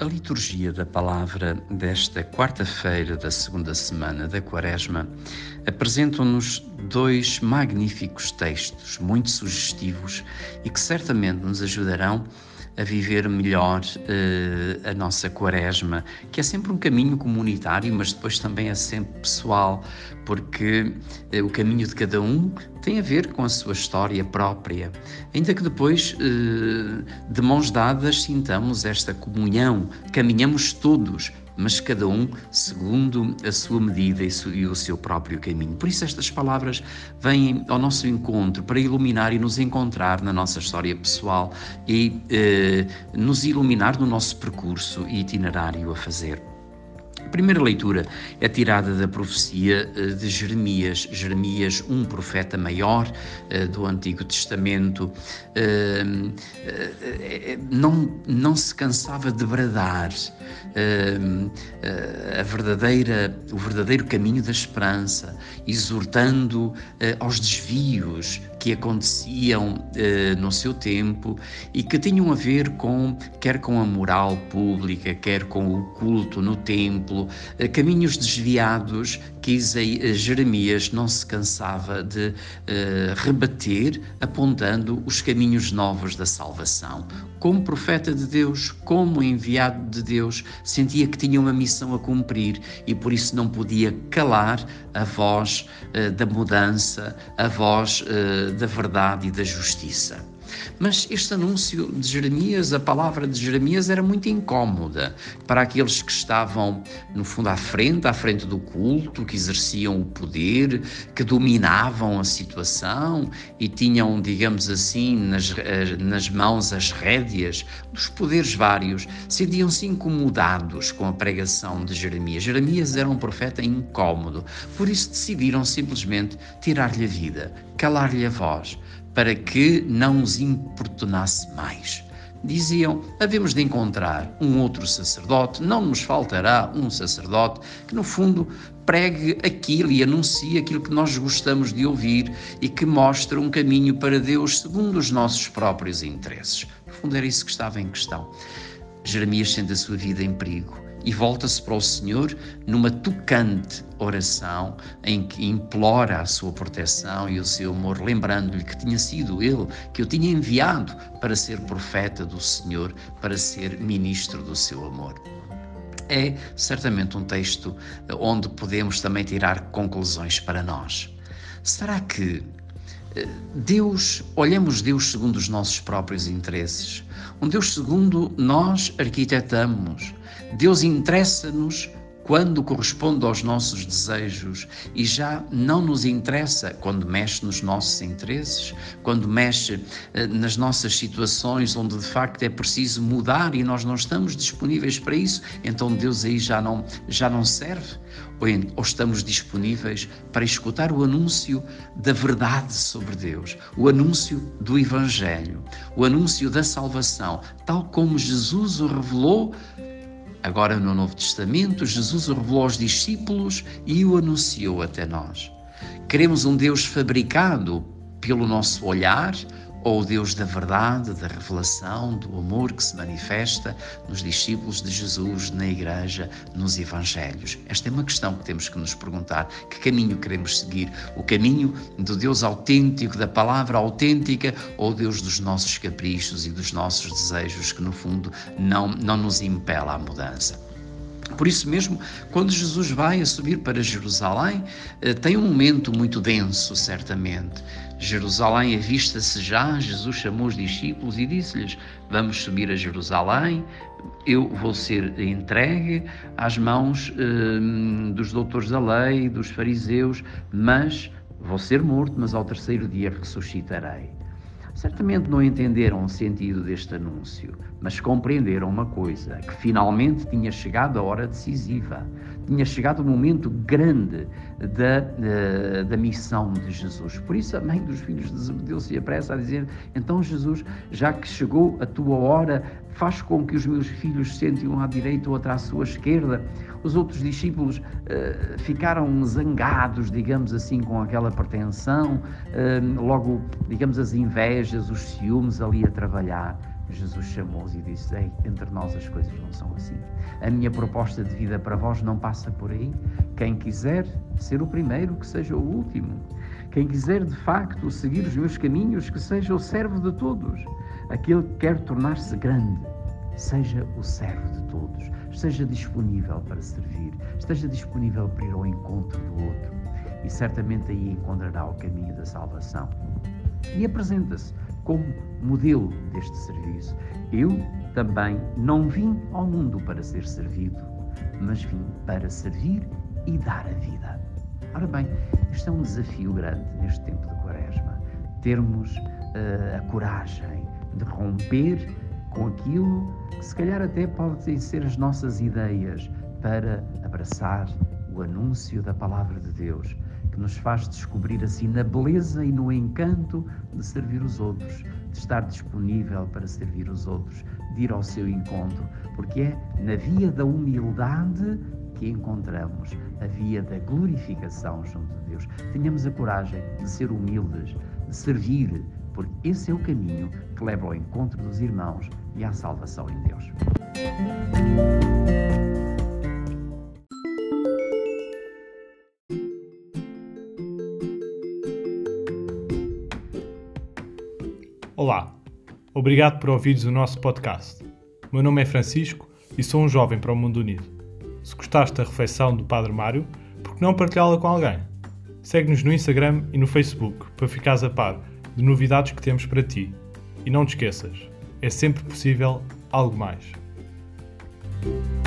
A liturgia da palavra desta quarta-feira da segunda semana da Quaresma apresentam-nos dois magníficos textos, muito sugestivos e que certamente nos ajudarão a viver melhor a nossa Quaresma, que é sempre um caminho comunitário, mas depois também é sempre pessoal, porque o caminho de cada um tem a ver com a sua história própria, ainda que depois de mãos dadas sintamos esta comunhão, caminhamos todos, mas cada um segundo a sua medida e o seu próprio caminho. Por isso estas palavras vêm ao nosso encontro para iluminar e nos encontrar na nossa história pessoal e nos iluminar no nosso percurso e itinerário a fazer. A primeira leitura é tirada da profecia de Jeremias. Jeremias, um profeta maior do Antigo Testamento, não se cansava de bradar o verdadeiro caminho da esperança, exortando aos desvios que aconteciam no seu tempo e que tinham a ver quer com a moral pública, quer com o culto no templo, caminhos desviados que Jeremias não se cansava de rebater, apontando os caminhos novos da salvação. Como profeta de Deus, como enviado de Deus, sentia que tinha uma missão a cumprir e por isso não podia calar a voz da mudança, a voz da verdade e da justiça. Mas este anúncio de Jeremias, a palavra de Jeremias, era muito incómoda para aqueles que estavam, no fundo, à frente do culto, que exerciam o poder, que dominavam a situação e tinham, digamos assim, nas mãos as rédeas dos poderes vários. Sentiam-se incomodados com a pregação de Jeremias. Jeremias era um profeta incómodo, por isso decidiram simplesmente tirar-lhe a vida, calar-lhe a voz, para que não os importunasse mais. Diziam, havemos de encontrar um outro sacerdote, não nos faltará um sacerdote que no fundo pregue aquilo e anuncie aquilo que nós gostamos de ouvir e que mostre um caminho para Deus segundo os nossos próprios interesses. No fundo era isso que estava em questão. Jeremias sente a sua vida em perigo e volta-se para o Senhor numa tocante oração em que implora a sua proteção e o seu amor, lembrando-lhe que tinha sido ele que o tinha enviado para ser profeta do Senhor, para ser ministro do seu amor. É certamente um texto onde podemos também tirar conclusões para nós. Será que olhamos Deus segundo os nossos próprios interesses? Um Deus segundo nós arquitetamos. Deus interessa-nos quando corresponde aos nossos desejos e já não nos interessa quando mexe nos nossos interesses, quando mexe nas nossas situações onde de facto é preciso mudar e nós não estamos disponíveis para isso, então Deus aí já não serve? Ou estamos disponíveis para escutar o anúncio da verdade sobre Deus, o anúncio do Evangelho, o anúncio da salvação, tal como Jesus o revelou. Agora no Novo Testamento, Jesus o revelou aos discípulos e o anunciou até nós. Queremos um Deus fabricado pelo nosso olhar ou o Deus da verdade, da revelação, do amor que se manifesta nos discípulos de Jesus, na Igreja, nos Evangelhos? Esta é uma questão que temos que nos perguntar. Que caminho queremos seguir? O caminho do Deus autêntico, da palavra autêntica, ou o Deus dos nossos caprichos e dos nossos desejos que, no fundo, não nos impela à mudança? Por isso mesmo, quando Jesus vai a subir para Jerusalém, tem um momento muito denso, certamente. Jerusalém avista-se já, Jesus chamou os discípulos e disse-lhes, vamos subir a Jerusalém, eu vou ser entregue às mãos dos doutores da lei, dos fariseus, mas vou ser morto, mas ao terceiro dia ressuscitarei. Certamente não entenderam o sentido deste anúncio, mas compreenderam uma coisa, que finalmente tinha chegado a hora decisiva, tinha chegado o momento grande da missão de Jesus. Por isso a mãe dos filhos de Zebedeu se apressa a dizer, então Jesus, já que chegou a tua hora, faz com que os meus filhos sentem um à direita ou outro à sua esquerda. Os outros discípulos ficaram zangados, digamos assim, com aquela pretensão, logo, digamos, as invejas, os ciúmes ali a trabalhar. Jesus chamou-os e disse: ei, entre nós as coisas não são assim. A minha proposta de vida para vós não passa por aí. Quem quiser ser o primeiro, que seja o último. Quem quiser de facto seguir os meus caminhos, que seja o servo de todos. Aquele que quer tornar-se grande, seja o servo de todos. Esteja disponível para servir, esteja disponível para ir ao encontro do outro. E certamente aí encontrará o caminho da salvação. E apresenta-se como modelo deste serviço. Eu também não vim ao mundo para ser servido, mas vim para servir e dar a vida. Ora bem, este é um desafio grande neste tempo de Quaresma. Termos a coragem de romper com aquilo que se calhar até podem ser as nossas ideias para abraçar o anúncio da Palavra de Deus, que nos faz descobrir assim na beleza e no encanto de servir os outros, de estar disponível para servir os outros, de ir ao seu encontro, porque é na via da humildade que encontramos a via da glorificação junto de Deus. Tenhamos a coragem de ser humildes, de servir, porque esse é o caminho que leva ao encontro dos irmãos e à salvação em Deus. Olá, obrigado por ouvires o nosso podcast. O meu nome é Francisco e sou um jovem para o mundo unido. Se gostaste da reflexão do Padre Mário, por que não partilhá-la com alguém? Segue-nos no Instagram e no Facebook para ficares a par de novidades que temos para ti. E não te esqueças, é sempre possível algo mais.